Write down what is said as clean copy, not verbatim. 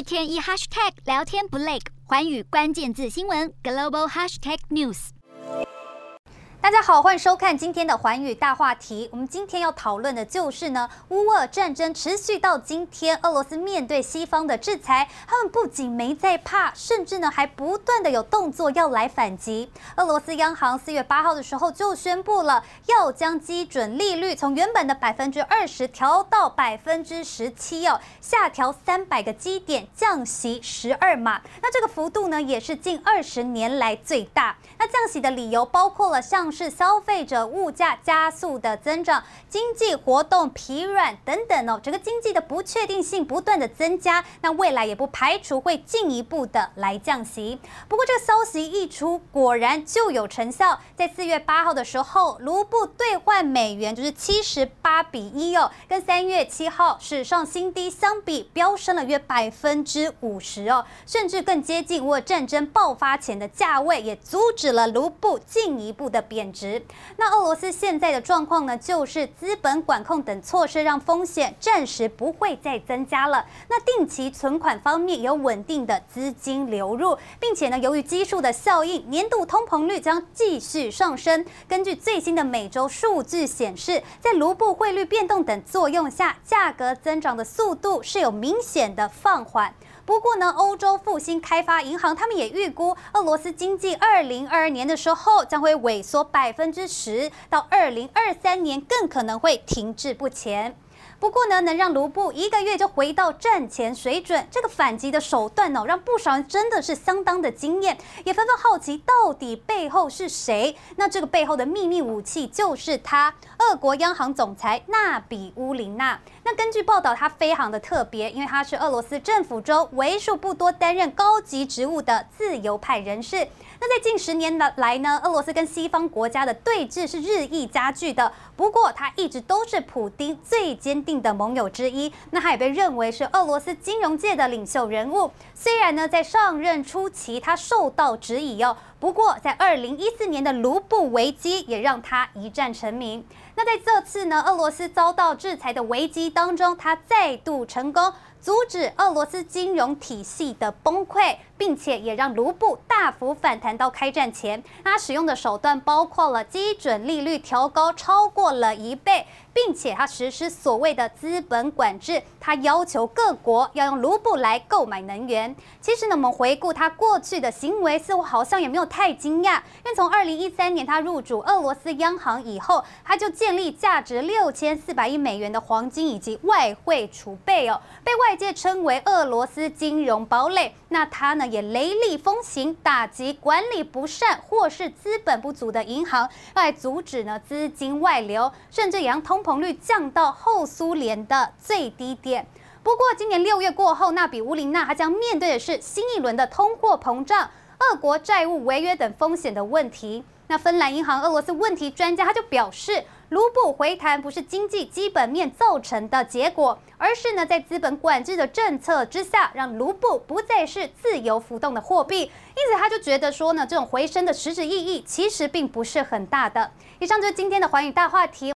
天一 hashtag 聊天不累，寰宇关键字新闻 global hashtag news。 大家好，欢迎收看今天的寰宇大话题。我们今天要讨论的就是呢，乌俄战争持续到今天，俄罗斯面对西方的制裁，他们不仅没在怕，甚至呢还不断的有动作要来反击。俄罗斯央行4月8号的时候就宣布了，要将基准利率从原本的20%调到17%哦，下调300个基点，降息12码。那这个幅度呢，也是近20年来最大。那降息的理由包括了像是消费者物价加速的增长、经济活动疲软等等哦，整个经济的不确定性不断的增加，那未来也不排除会进一步的来降息。不过这个消息一出，果然就有成效，在4月8号的时候，卢布兑换美元就是78:1哦，跟3月7号史上新低相比，飙升了约50%哦，甚至更接近乌俄战争爆发前的价位，也阻止了卢布进一步的贬值。那俄罗斯现在的状况呢，就是资本管控等措施让风险暂时不会再增加了。那定期存款方面有稳定的资金流入，并且呢，由于基数的效应，年度通膨率将继续上升。根据最新的每周数据显示，在卢布汇率变动等作用下，价格增长的速度是有明显的放缓。不过呢，欧洲复兴开发银行他们也预估，俄罗斯经济2022年的时候将会萎缩10%，到2023年更可能会停滞不前。不过呢，能让卢布1个月就回到战前水准，这个反击的手段哦，让不少人真的是相当的惊艳，也纷纷好奇到底背后是谁？那这个背后的秘密武器就是他，俄国央行总裁纳比乌林娜。那根据报道，他非常的特别，因为他是俄罗斯政府中为数不多担任高级职务的自由派人士。那在近10年来呢，俄罗斯跟西方国家的对峙是日益加剧的。不过他一直都是普丁最坚定的盟友之一。那他也被认为是俄罗斯金融界的领袖人物。虽然呢，在上任初期他受到质疑哦，不过在2014年的卢布危机也让他一战成名。那在这次呢，俄罗斯遭到制裁的危机当中，他再度成功阻止俄罗斯金融体系的崩溃，并且也让卢布大幅反弹到开战前。他使用的手段包括了基准利率调高超过了1倍，并且他实施所谓的资本管制，他要求各国要用卢布来购买能源。其实呢，我们回顾他过去的行为，似乎好像也没有太惊讶，因为从2013年他入主俄罗斯央行以后，他就建立价值6400亿美元的黄金以及外汇储备哦，被外界称为俄罗斯金融堡垒。那他呢也雷厉风行，打击管理不善或是资本不足的银行，来阻止呢资金外流，甚至也让通膨率降到后苏联的最低点。不过今年6月过后，纳比乌林娜他将面对的是新一轮的通货膨胀、俄国债务违约等风险的问题。那芬兰银行俄罗斯问题专家他就表示，卢布回弹不是经济基本面造成的结果，而是呢在资本管制的政策之下，让卢布不再是自由浮动的货币。因此他就觉得说呢，这种回升的实质意义其实并不是很大的。以上就是今天的寰宇大话题。